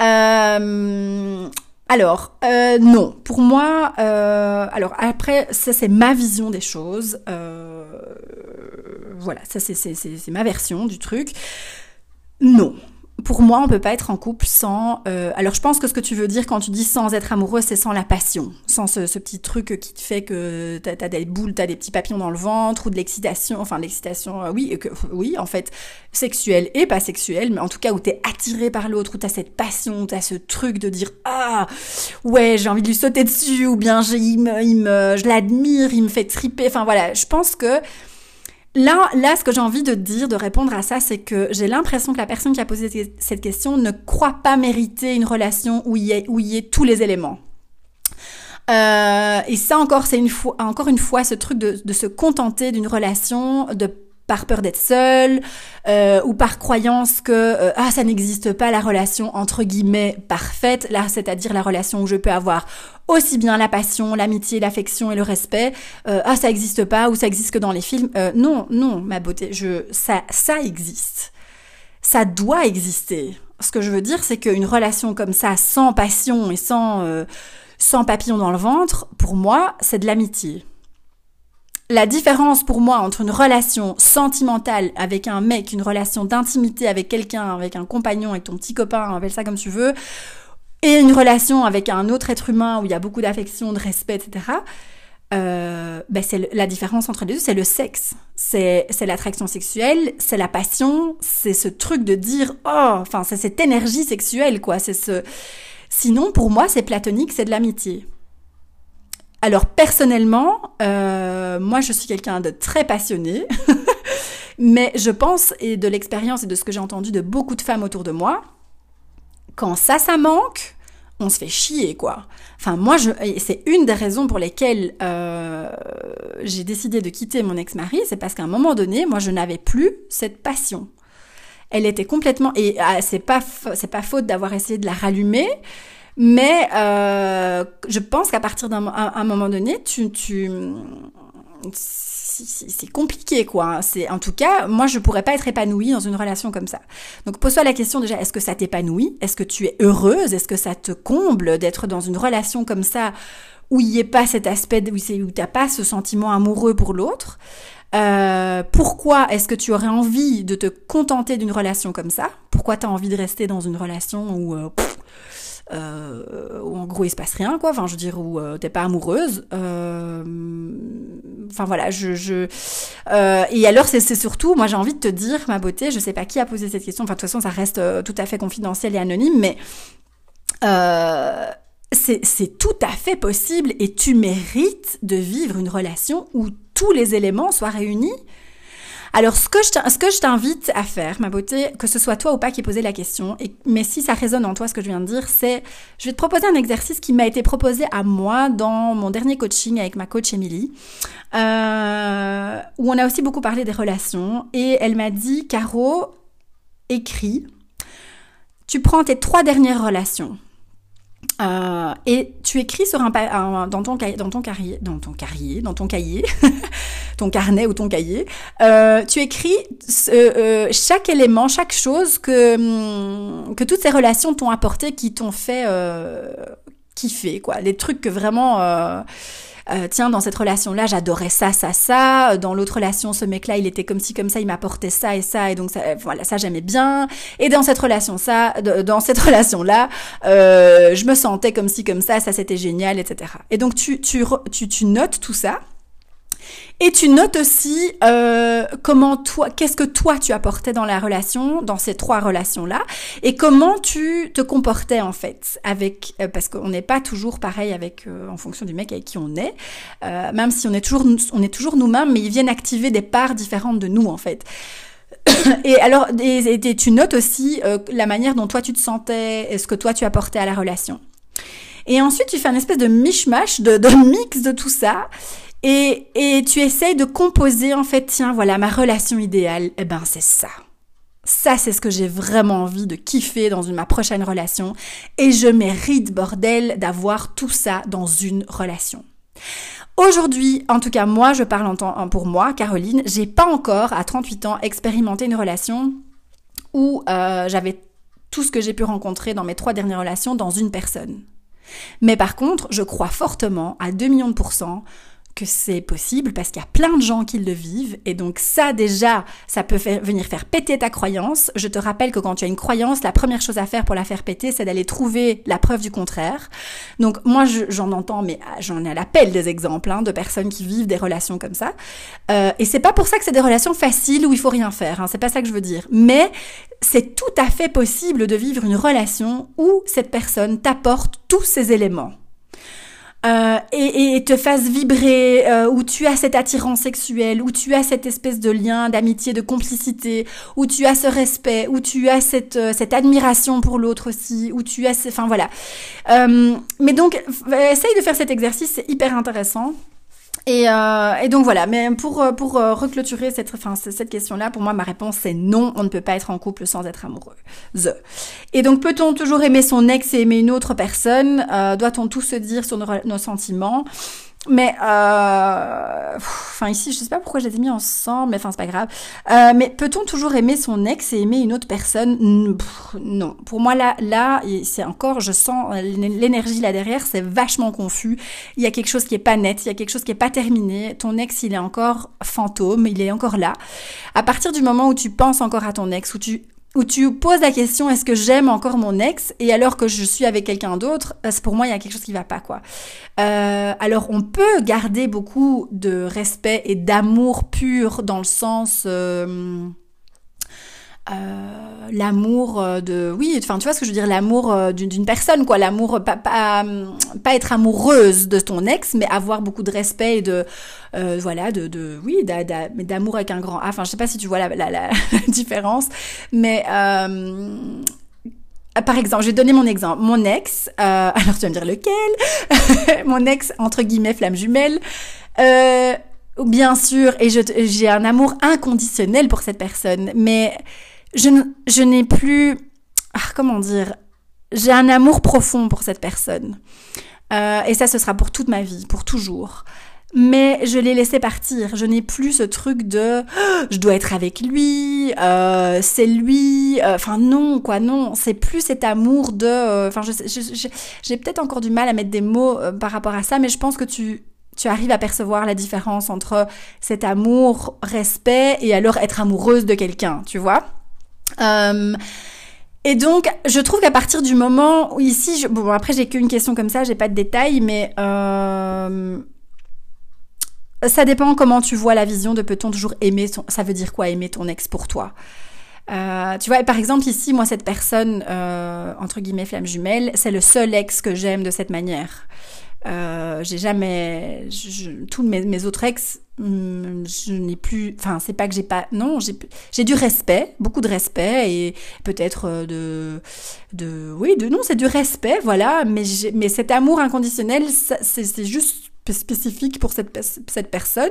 Non, pour moi, alors après, ça c'est ma vision des choses, voilà, ça c'est ma version du truc. Non. Pour moi, on peut pas être en couple sans... alors, je pense que ce que tu veux dire quand tu dis sans être amoureux, c'est sans la passion. Sans ce petit truc qui te fait que t'as des boules, t'as des petits papillons dans le ventre ou de l'excitation. Enfin, l'excitation, oui, en fait, sexuelle et pas sexuelle, mais en tout cas où t'es attiré par l'autre, où t'as cette passion, où t'as ce truc de dire « Ah, ouais, j'ai envie de lui sauter dessus » ou bien je l'admire, il me fait triper. Enfin, voilà, je pense que... Là, ce que j'ai envie de dire, de répondre à ça, c'est que j'ai l'impression que la personne qui a posé cette question ne croit pas mériter une relation où il y ait tous les éléments. Et ça encore, c'est encore une fois ce truc de se contenter d'une relation par peur d'être seule ou par croyance que ça n'existe pas la relation entre guillemets parfaite, là c'est-à-dire la relation où je peux avoir aussi bien la passion, l'amitié, l'affection et le respect, ça existe pas ou ça existe que dans les films. Non, ma beauté, ça existe. Ça doit exister. Ce que je veux dire, c'est qu'une relation comme ça, sans passion et sans papillon dans le ventre, pour moi, c'est de l'amitié. La différence pour moi entre une relation sentimentale avec un mec, une relation d'intimité avec quelqu'un, avec un compagnon, avec ton petit copain, appelle ça comme tu veux, et une relation avec un autre être humain où il y a beaucoup d'affection, de respect, etc., c'est la différence entre les deux, c'est le sexe. C'est l'attraction sexuelle, c'est la passion, c'est ce truc de dire, c'est cette énergie sexuelle, quoi. Sinon, pour moi, c'est platonique, c'est de l'amitié. Alors, personnellement, moi, je suis quelqu'un de très passionné, mais je pense, et de l'expérience et de ce que j'ai entendu de beaucoup de femmes autour de moi, quand ça manque, on se fait chier, quoi. Enfin, moi, c'est une des raisons pour lesquelles j'ai décidé de quitter mon ex-mari, c'est parce qu'à un moment donné, moi, je n'avais plus cette passion. Elle était complètement... Et c'est pas faute d'avoir essayé de la rallumer, mais je pense qu'à partir d'un moment donné, c'est compliqué, quoi. En tout cas, moi, je pourrais pas être épanouie dans une relation comme ça. Donc, pose-toi la question déjà, est-ce que ça t'épanouit? Est-ce que tu es heureuse? Est-ce que ça te comble d'être dans une relation comme ça où il n'y ait pas cet aspect, où t'as pas ce sentiment amoureux pour l'autre? Pourquoi est-ce que tu aurais envie de te contenter d'une relation comme ça? Pourquoi t'as envie de rester dans une relation où en gros il se passe rien, quoi, enfin je veux dire, où t'es pas amoureuse, enfin voilà, et alors c'est surtout, moi j'ai envie de te dire, ma beauté, je sais pas qui a posé cette question, enfin de toute façon ça reste tout à fait confidentiel et anonyme, mais c'est tout à fait possible et tu mérites de vivre une relation où tous les éléments soient réunis. Alors, ce que je t'invite à faire, ma beauté, que ce soit toi ou pas qui ai posé la question, mais si ça résonne en toi ce que je viens de dire, c'est, je vais te proposer un exercice qui m'a été proposé à moi dans mon dernier coaching avec ma coach Émilie, où on a aussi beaucoup parlé des relations, et elle m'a dit, Caro, écris, tu prends tes 3 dernières relations, et tu écris sur dans ton cahier, ton carnet ou ton cahier, tu écris chaque élément, chaque chose que toutes ces relations t'ont apporté, qui t'ont fait kiffer, quoi. Les trucs que vraiment... tiens, dans cette relation-là, j'adorais ça, dans l'autre relation, ce mec-là, il était comme ci, comme ça, il m'apportait ça, et donc ça, voilà, ça j'aimais bien, et dans cette relation-là, je me sentais comme ci, comme ça c'était génial, etc. Et donc tu notes tout ça, et tu notes aussi qu'est-ce que toi tu apportais dans la relation, dans ces 3 relations-là, et comment tu te comportais en fait avec, parce qu'on n'est pas toujours pareil en fonction du mec avec qui on est, même si on est toujours nous-mêmes, mais ils viennent activer des parts différentes de nous en fait. Et alors, tu notes aussi la manière dont toi tu te sentais, et ce que toi tu apportais à la relation. Et ensuite tu fais une espèce de mishmash, de mix de tout ça. Et tu essayes de composer, en fait, tiens, voilà, ma relation idéale, c'est ça. Ça, c'est ce que j'ai vraiment envie de kiffer dans ma prochaine relation. Et je mérite, bordel, d'avoir tout ça dans une relation. Aujourd'hui, en tout cas, moi, je parle pour moi, Caroline, j'ai pas encore, à 38 ans, expérimenté une relation où j'avais tout ce que j'ai pu rencontrer dans mes 3 dernières relations dans une personne. Mais par contre, je crois fortement, à 2 millions de %, que c'est possible parce qu'il y a plein de gens qui le vivent, et donc ça déjà, ça peut venir faire péter ta croyance. Je te rappelle que quand tu as une croyance, la première chose à faire pour la faire péter, c'est d'aller trouver la preuve du contraire. Donc moi j'en entends, mais j'en ai à l'appel des exemples de personnes qui vivent des relations comme ça, et c'est pas pour ça que c'est des relations faciles où il faut rien faire, c'est pas ça que je veux dire, mais c'est tout à fait possible de vivre une relation où cette personne t'apporte tous ces éléments. Et te fasse vibrer, où tu as cette attirance sexuelle, où tu as cette espèce de lien d'amitié, de complicité, où tu as ce respect, où tu as cette admiration pour l'autre aussi, où tu as... Enfin voilà. Mais donc, essaye de faire cet exercice, c'est hyper intéressant. Et donc voilà, mais pour reclôturer cette question-là, pour moi, ma réponse c'est non, on ne peut pas être en couple sans être amoureux. Et donc, peut-on toujours aimer son ex et aimer une autre personne? Doit-on tout se dire sur nos sentiments? Mais ici je sais pas pourquoi je les ai mis ensemble, mais c'est pas grave. Mais peut-on toujours aimer son ex et aimer une autre personne? Non. Pour moi là c'est encore, je sens l'énergie là derrière, c'est vachement confus. Il y a quelque chose qui est pas net, il y a quelque chose qui est pas terminé. Ton ex, il est encore fantôme, il est encore là. À partir du moment où tu penses encore à ton ex, où où tu poses la question est-ce que j'aime encore mon ex et alors que je suis avec quelqu'un d'autre, pour moi il y a quelque chose qui va pas quoi. Alors on peut garder beaucoup de respect et d'amour pur dans le sens l'amour de oui enfin tu vois ce que je veux dire, l'amour d'une personne quoi, l'amour pas être amoureuse de ton ex mais avoir beaucoup de respect et de voilà de oui mais d'amour avec un grand A, enfin je sais pas si tu vois la différence mais par exemple, je vais donner mon exemple. Mon ex, alors tu vas me dire lequel mon ex, entre guillemets, flamme jumelle, bien sûr, et j'ai un amour inconditionnel pour cette personne, mais je n'ai plus, comment dire, j'ai un amour profond pour cette personne. Et ça, ce sera pour toute ma vie, pour toujours. Mais je l'ai laissé partir. Je n'ai plus ce truc de je dois être avec lui, c'est lui. Enfin non, quoi, non. C'est plus cet amour de. Enfin, j'ai peut-être encore du mal à mettre des mots par rapport à ça, mais je pense que tu arrives à percevoir la différence entre cet amour, respect et alors être amoureuse de quelqu'un, tu vois. Et donc, je trouve qu'à partir du moment où ici, bon après j'ai qu'une question comme ça, j'ai pas de détails, mais ça dépend comment tu vois la vision de peut-on toujours aimer ça veut dire quoi aimer ton ex pour toi. Tu vois, par exemple ici, moi cette personne entre guillemets flamme jumelle, c'est le seul ex que j'aime de cette manière. J'ai jamais tous mes autres ex, je n'ai plus, enfin c'est pas que j'ai pas, non, j'ai du respect, beaucoup de respect et peut-être non, c'est du respect, voilà, mais cet amour inconditionnel, c'est juste spécifique pour cette personne.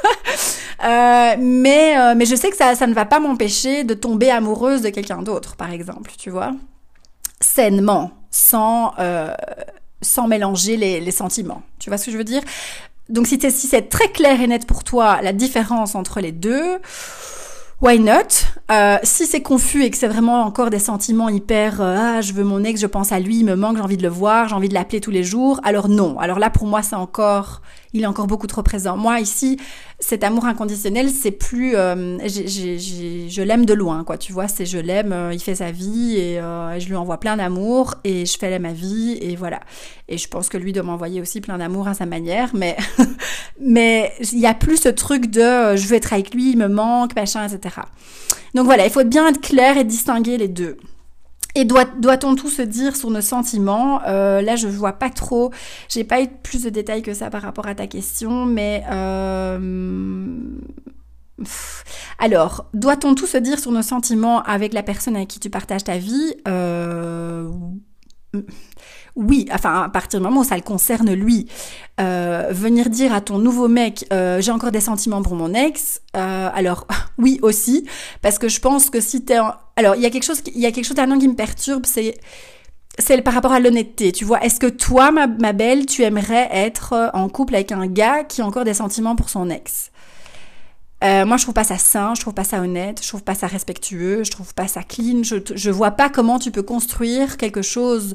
Mais je sais que ça ne va pas m'empêcher de tomber amoureuse de quelqu'un d'autre, par exemple, tu vois, sainement, sans mélanger les sentiments. Tu vois ce que je veux dire? Donc si c'est très clair et net pour toi la différence entre les deux, why not? Si c'est confus et que c'est vraiment encore des sentiments hyper je veux mon ex, je pense à lui, il me manque, j'ai envie de le voir, j'ai envie de l'appeler tous les jours, alors non. Alors là pour moi il est encore beaucoup trop présent. Moi ici, cet amour inconditionnel, c'est plus je l'aime de loin quoi, tu vois, c'est je l'aime, il fait sa vie et je lui envoie plein d'amour et je fais ma vie et voilà. Et je pense que lui doit m'envoyer aussi plein d'amour à sa manière, mais mais il y a plus ce truc de je veux être avec lui, il me manque, machin, etc. Donc voilà, il faut bien être clair et distinguer les deux. Et doit-on tout se dire sur nos sentiments? Là, je vois pas trop. J'ai pas eu plus de détails que ça par rapport à ta question, mais alors, doit-on tout se dire sur nos sentiments avec la personne avec qui tu partages ta vie? Oui, enfin à partir du moment où ça le concerne lui, venir dire à ton nouveau mec j'ai encore des sentiments pour mon ex, alors oui aussi, parce que je pense que si alors il y a quelque chose d'un qui me perturbe, c'est par rapport à l'honnêteté, tu vois. Est-ce que toi ma belle, tu aimerais être en couple avec un gars qui a encore des sentiments pour son ex? Moi, je trouve pas ça sain, je trouve pas ça honnête, je trouve pas ça respectueux, je trouve pas ça clean. Je vois pas comment tu peux construire quelque chose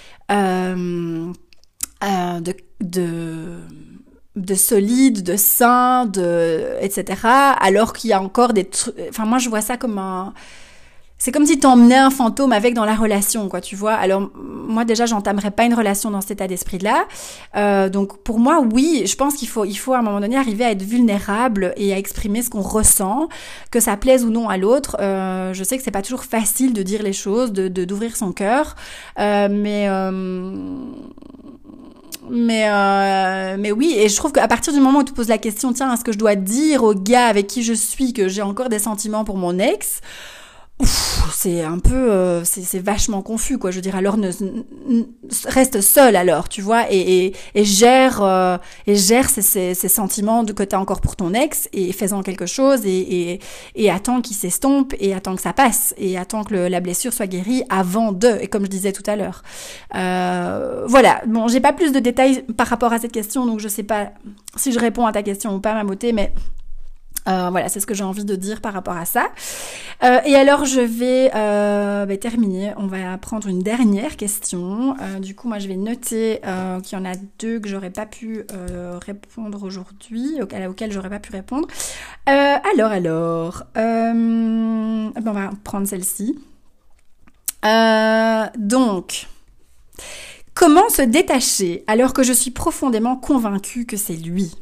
de solide, de sain, etc. Alors qu'il y a encore des trucs. Enfin, moi, je vois ça comme c'est comme si t'emmenais un fantôme avec dans la relation, quoi, tu vois. Alors, moi, déjà, j'entamerais pas une relation dans cet état d'esprit-là. Donc, pour moi, oui, je pense qu'il faut à un moment donné arriver à être vulnérable et à exprimer ce qu'on ressent, que ça plaise ou non à l'autre. Je sais que c'est pas toujours facile de dire les choses, d'ouvrir son cœur, mais oui, et je trouve qu'à partir du moment où tu poses la question, tiens, est-ce que je dois dire au gars avec qui je suis que j'ai encore des sentiments pour mon ex? C'est un peu c'est vachement confus quoi, je veux dire. Alors reste seul alors, tu vois, et gère ces sentiments que t'as encore pour ton ex et fais-en quelque chose et attends qu'il s'estompe et attends que ça passe et attends que la blessure soit guérie avant et comme je disais tout à l'heure. Voilà, bon, j'ai pas plus de détails par rapport à cette question, donc je sais pas si je réponds à ta question ou pas, ma beauté, mais voilà, c'est ce que j'ai envie de dire par rapport à ça. Et alors, je vais terminer. On va prendre une dernière question. Du coup, moi, je vais noter qu'il y en a deux que j'aurais pas pu répondre aujourd'hui, auxquelles j'aurais pas pu répondre. Alors, on va prendre celle-ci. Donc, comment se détacher alors que je suis profondément convaincue que c'est lui?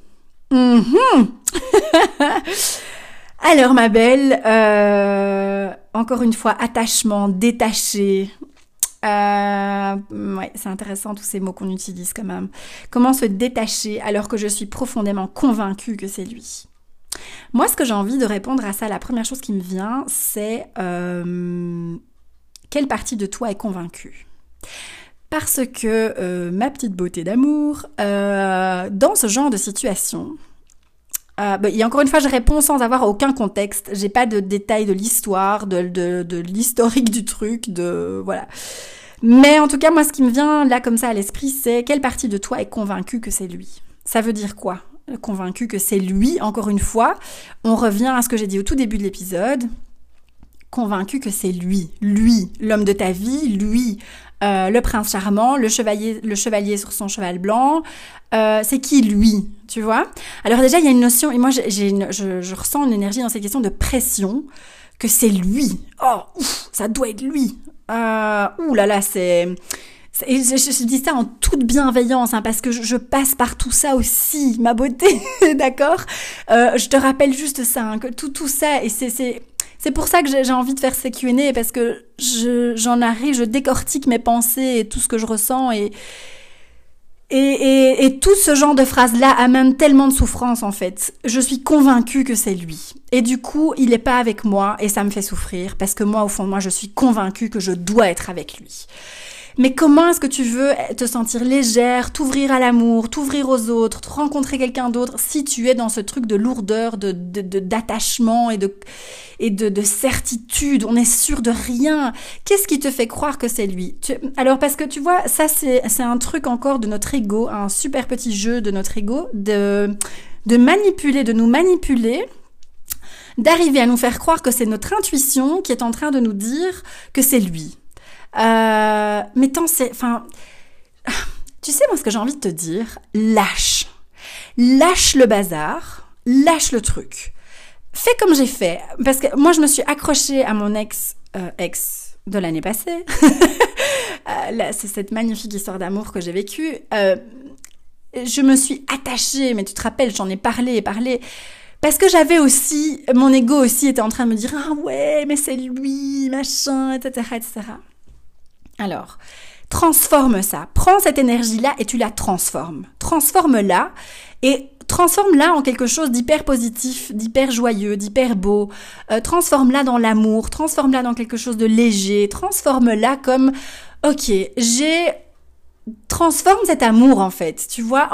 Alors ma belle, encore une fois, attachement, détaché. Ouais, c'est intéressant tous ces mots qu'on utilise quand même. Comment se détacher alors que je suis profondément convaincue que c'est lui? Moi, ce que j'ai envie de répondre à ça, la première chose qui me vient, c'est quelle partie de toi est convaincue? Parce que, ma petite beauté d'amour, dans ce genre de situation, et encore une fois, je réponds sans avoir aucun contexte. J'ai pas de détails de l'histoire, de l'historique du truc, voilà. Mais en tout cas, moi, ce qui me vient là comme ça à l'esprit, c'est quelle partie de toi est convaincue que c'est lui? Ça veut dire quoi? Convaincu que c'est lui, encore une fois. On revient à ce que j'ai dit au tout début de l'épisode. Convaincu que c'est lui, l'homme de ta vie, lui, le prince charmant, le chevalier sur son cheval blanc. C'est qui lui, tu vois? Alors déjà, il y a une notion, et moi je ressens une énergie dans cette question de pression, que c'est lui. Oh, ouf, ça doit être lui. Ouh là là, et je dis ça en toute bienveillance, hein, parce que je passe par tout ça aussi, ma beauté, d'accord? Je te rappelle juste ça, hein, que tout ça, et c'est pour ça que j'ai envie de faire ces Q&A, parce que je décortique mes pensées et tout ce que je ressens, et tout ce genre de phrases-là amène tellement de souffrance, en fait. Je suis convaincue que c'est lui. Et du coup, il est pas avec moi, et ça me fait souffrir, parce que moi, au fond de moi, je suis convaincue que je dois être avec lui. Mais comment est-ce que tu veux te sentir légère, t'ouvrir à l'amour, t'ouvrir aux autres, te rencontrer quelqu'un d'autre, si tu es dans ce truc de lourdeur, d'attachement et de certitude? On est sûr de rien. Qu'est-ce qui te fait croire que c'est lui? Alors, parce que tu vois, ça c'est un truc encore de notre ego, un super petit jeu de notre ego, de nous manipuler, d'arriver à nous faire croire que c'est notre intuition qui est en train de nous dire que c'est lui. Mais tu sais, moi, ce que j'ai envie de te dire, lâche le bazar, lâche le truc. Fais comme j'ai fait, parce que moi, je me suis accrochée à mon ex de l'année passée. C'est cette magnifique histoire d'amour que j'ai vécue. Je me suis attachée, mais tu te rappelles, j'en ai parlé. Parce que j'avais aussi, mon ego aussi était en train de me dire, ah ouais, mais c'est lui, machin, etc., etc. Alors, transforme ça. Prends cette énergie-là et tu la transformes. Transforme-la et transforme-la en quelque chose d'hyper positif, d'hyper joyeux, d'hyper beau. Transforme-la dans l'amour, transforme-la dans quelque chose de léger, transforme-la comme, ok, transforme cet amour en fait, tu vois,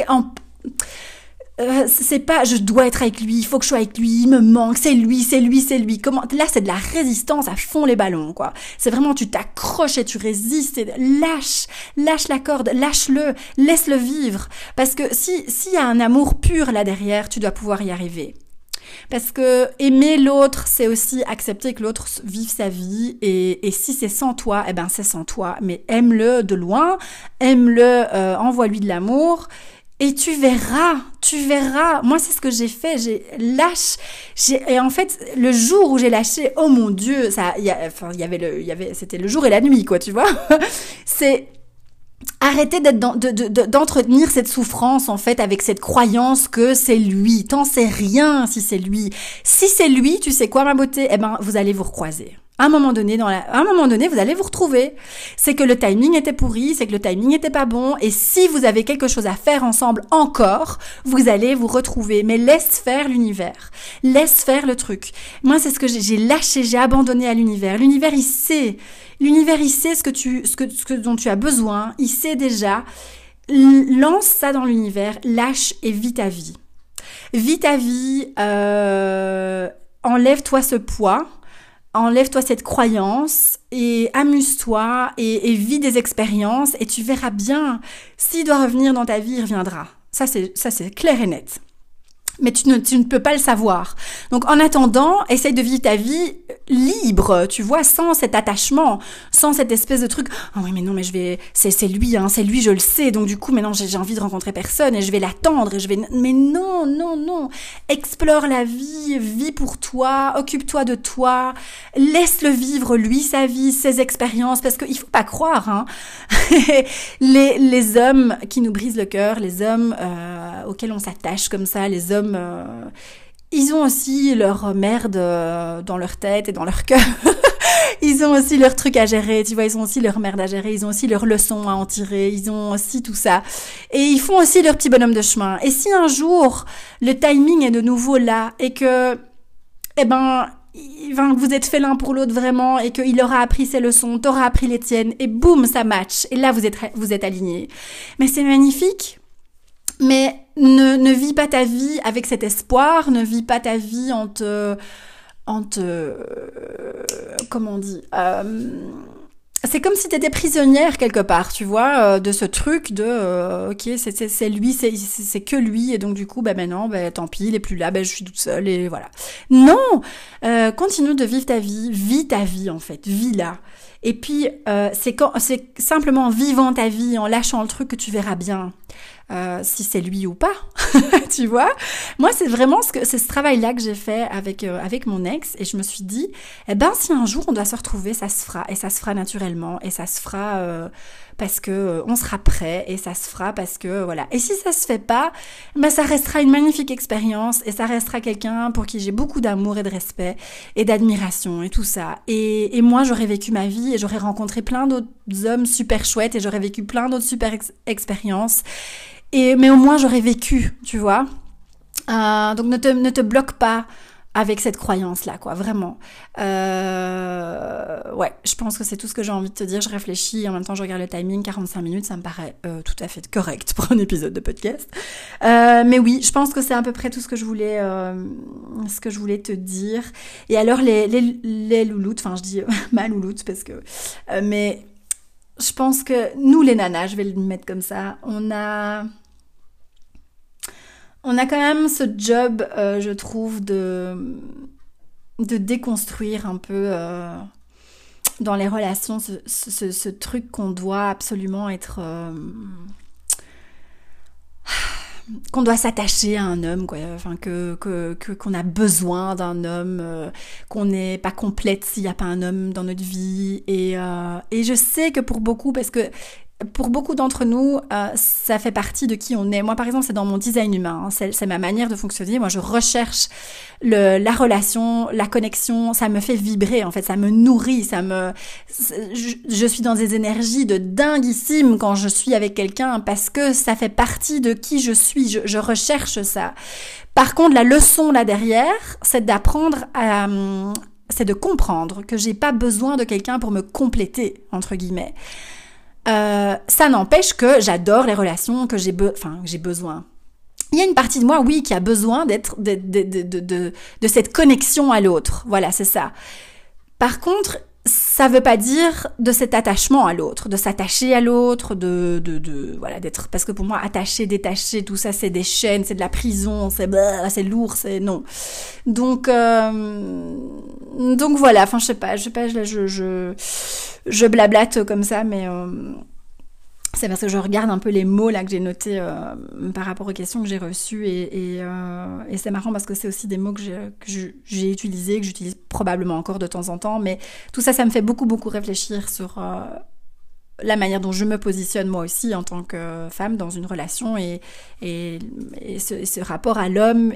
c'est pas je dois être avec lui, il faut que je sois avec lui, il me manque, c'est lui. Comment là, c'est de la résistance à fond les ballons, quoi. C'est vraiment tu t'accroches et tu résistes, lâche la corde, lâche-le, laisse-le vivre, parce que s'il y a un amour pur là derrière, tu dois pouvoir y arriver. Parce que aimer l'autre, c'est aussi accepter que l'autre vive sa vie, et si c'est sans toi, eh ben c'est sans toi, mais aime-le de loin, aime-le, envoie-lui de l'amour. Et tu verras. Moi, c'est ce que j'ai fait. Et en fait, le jour où j'ai lâché, oh mon Dieu, c'était le jour et la nuit, quoi, tu vois. C'est arrêter d'entretenir cette souffrance, en fait, avec cette croyance que c'est lui. T'en sais rien si c'est lui. Si c'est lui, tu sais quoi, ma beauté? Eh ben, vous allez vous recroiser. À un moment donné, vous allez vous retrouver. C'est que le timing était pourri, c'est que le timing n'était pas bon, et si vous avez quelque chose à faire ensemble encore, vous allez vous retrouver. Mais laisse faire l'univers. Laisse faire le truc. Moi, c'est ce que j'ai lâché, j'ai abandonné à l'univers. L'univers, il sait. L'univers, il sait ce dont tu as besoin. Il sait déjà. Lance ça dans l'univers, lâche et vis ta vie. Vis ta vie, enlève-toi ce poids. Enlève-toi cette croyance et amuse-toi et vis des expériences, et tu verras bien. S'il doit revenir dans ta vie, il reviendra. Ça, c'est clair et net. Mais tu ne peux pas le savoir. Donc, en attendant, essaye de vivre ta vie libre, tu vois, sans cet attachement, sans cette espèce de truc. Ah oui, mais non, mais c'est lui, hein, c'est lui, je le sais. Donc, du coup, maintenant, j'ai envie de rencontrer personne et je vais l'attendre et mais non, non, non. Explore la vie, vis pour toi, occupe-toi de toi, laisse-le vivre, lui, sa vie, ses expériences, parce qu'il faut pas croire, hein. les hommes qui nous brisent le cœur, les hommes auxquels on s'attache comme ça, les hommes ils ont aussi leur merde dans leur tête et dans leur cœur. Ils ont aussi leurs trucs à gérer, tu vois, ils ont aussi leur merde à gérer, ils ont aussi leurs leçons à en tirer, ils ont aussi tout ça. Et ils font aussi leur petit bonhomme de chemin. Et si un jour, le timing est de nouveau là et que, vous êtes fait l'un pour l'autre vraiment et qu'il aura appris ses leçons, t'auras appris les tiennes et boum, ça match. Et là, vous êtes alignés. Mais c'est magnifique. Mais ne vis pas ta vie avec cet espoir, ne vis pas ta vie comment on dit, c'est comme si t'étais prisonnière quelque part, tu vois, de ce truc de, ok, c'est lui, c'est que lui, et donc du coup, maintenant, tant pis, il est plus là, je suis toute seule, et voilà. Non! Continue de vivre ta vie, vis ta vie, en fait, vis-la. Et puis, c'est simplement en vivant ta vie, en lâchant le truc que tu verras bien. Si c'est lui ou pas, tu vois. Moi, c'est vraiment c'est ce travail-là que j'ai fait avec mon ex, et je me suis dit, si un jour on doit se retrouver, ça se fera, et ça se fera naturellement, et ça se fera parce que on sera prêt, et ça se fera parce que voilà. Et si ça se fait pas, ça restera une magnifique expérience, et ça restera quelqu'un pour qui j'ai beaucoup d'amour et de respect et d'admiration et tout ça. Et moi, j'aurais vécu ma vie et j'aurais rencontré plein d'autres hommes super chouettes et j'aurais vécu plein d'autres super expériences. Mais au moins j'aurais vécu, tu vois. Donc ne te bloque pas avec cette croyance-là, quoi, vraiment. Ouais, je pense que c'est tout ce que j'ai envie de te dire. Je réfléchis, en même temps je regarde le timing, 45 minutes, ça me paraît tout à fait correct pour un épisode de podcast. Mais oui, je pense que c'est à peu près tout ce que je voulais te dire. Et alors les louloutes, enfin je dis ma louloute parce que... mais je pense que nous les nanas, je vais le mettre comme ça, on a quand même ce job, je trouve, de déconstruire un peu dans les relations ce truc qu'on doit absolument être... qu'on doit s'attacher à un homme, quoi. Enfin, qu'on a besoin d'un homme, qu'on n'est pas complète s'il n'y a pas un homme dans notre vie. Et je sais que pour beaucoup, parce que pour beaucoup d'entre nous, ça fait partie de qui on est. Moi, par exemple, c'est dans mon design humain, hein, c'est ma manière de fonctionner. Moi, je recherche la relation, la connexion, ça me fait vibrer, en fait, ça me nourrit, je suis dans des énergies de dinguissime quand je suis avec quelqu'un parce que ça fait partie de qui je suis, je recherche ça. Par contre, la leçon là derrière, c'est c'est de comprendre que j'ai pas besoin de quelqu'un pour me compléter, entre guillemets. Ça n'empêche que j'adore les relations, que j'ai besoin. Il y a une partie de moi, oui, qui a besoin de cette connexion à l'autre. Voilà, c'est ça. Par contre, ça veut pas dire de cet attachement à l'autre, de s'attacher à l'autre, voilà, d'être, parce que pour moi, attaché, détaché, tout ça, c'est des chaînes, c'est de la prison, c'est lourd, c'est non. Donc voilà, enfin, je sais pas, je blablate comme ça, mais c'est parce que je regarde un peu les mots là que j'ai notés par rapport aux questions que j'ai reçues et c'est marrant parce que c'est aussi des mots que j'ai utilisés, que j'utilise probablement encore de temps en temps, mais tout ça, ça me fait beaucoup réfléchir sur la manière dont je me positionne moi aussi en tant que femme dans une relation et ce rapport à l'homme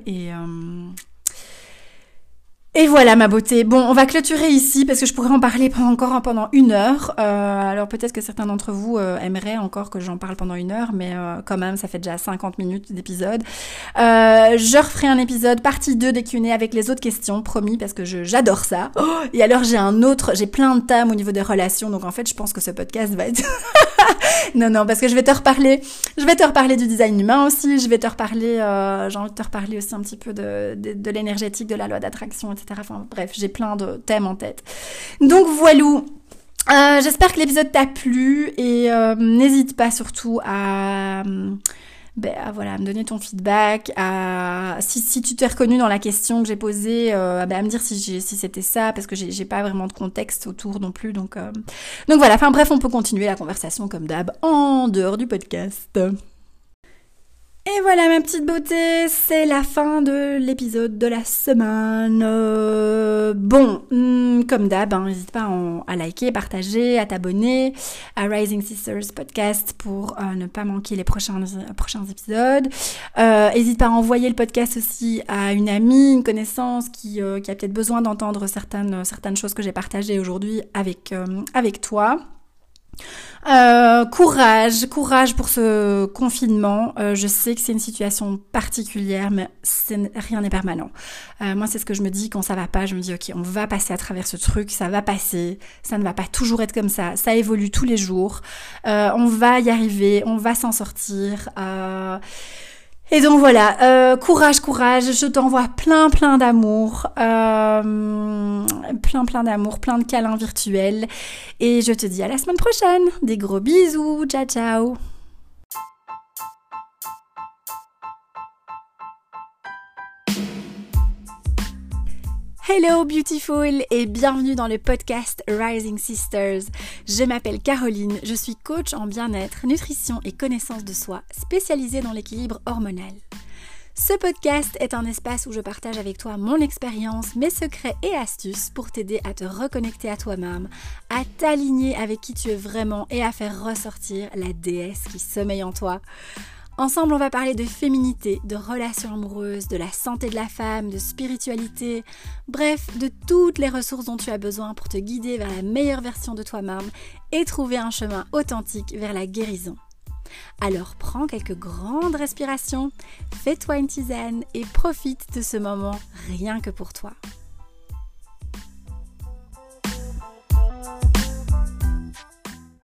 et voilà ma beauté. Bon, on va clôturer ici parce que je pourrais en parler encore pendant 1 heure. Alors peut-être que certains d'entre vous aimeraient encore que j'en parle pendant 1 heure, mais quand même, ça fait déjà 50 minutes d'épisode. Je referai un épisode partie 2 des Q&A avec les autres questions, promis, parce que j'adore ça. Et alors j'ai plein de thèmes au niveau des relations, donc en fait, je pense que ce podcast va être... non, parce que je vais te reparler du design humain aussi, j'ai envie de te reparler aussi un petit peu de l'énergétique, de la loi d'attraction, etc. Enfin bref, j'ai plein de thèmes en tête. Donc voilà. J'espère que l'épisode t'a plu et n'hésite pas surtout à voilà, me donner ton feedback, si tu t'es reconnu dans la question que j'ai posée, à me dire si c'était ça, parce que j'ai pas vraiment de contexte autour non plus, donc voilà, enfin bref, on peut continuer la conversation comme d'hab en dehors du podcast. Et voilà ma petite beauté, c'est la fin de l'épisode de la semaine. Comme d'hab, n'hésite pas à liker, partager, à t'abonner à Rising Sisters Podcast pour ne pas manquer les prochains épisodes. N'hésite pas à envoyer le podcast aussi à une amie, une connaissance qui a peut-être besoin d'entendre certaines choses que j'ai partagées aujourd'hui avec toi. Courage pour ce confinement. Je sais que c'est une situation particulière, mais rien n'est permanent. Moi, c'est ce que je me dis quand ça va pas. Je me dis, ok, on va passer à travers ce truc, ça va passer. Ça ne va pas toujours être comme ça. Ça évolue tous les jours. On va y arriver, on va s'en sortir. Et donc voilà, courage, je t'envoie plein d'amour, plein d'amour, plein de câlins virtuels, et je te dis à la semaine prochaine. Des gros bisous, ciao. Hello beautiful et bienvenue dans le podcast Rising Sisters. Je m'appelle Caroline, je suis coach en bien-être, nutrition et connaissance de soi, spécialisée dans l'équilibre hormonal. Ce podcast est un espace où je partage avec toi mon expérience, mes secrets et astuces pour t'aider à te reconnecter à toi-même, à t'aligner avec qui tu es vraiment et à faire ressortir la déesse qui sommeille en toi. Ensemble, on va parler de féminité, de relations amoureuses, de la santé de la femme, de spiritualité, bref, de toutes les ressources dont tu as besoin pour te guider vers la meilleure version de toi-même et trouver un chemin authentique vers la guérison. Alors prends quelques grandes respirations, fais-toi une tisane et profite de ce moment rien que pour toi.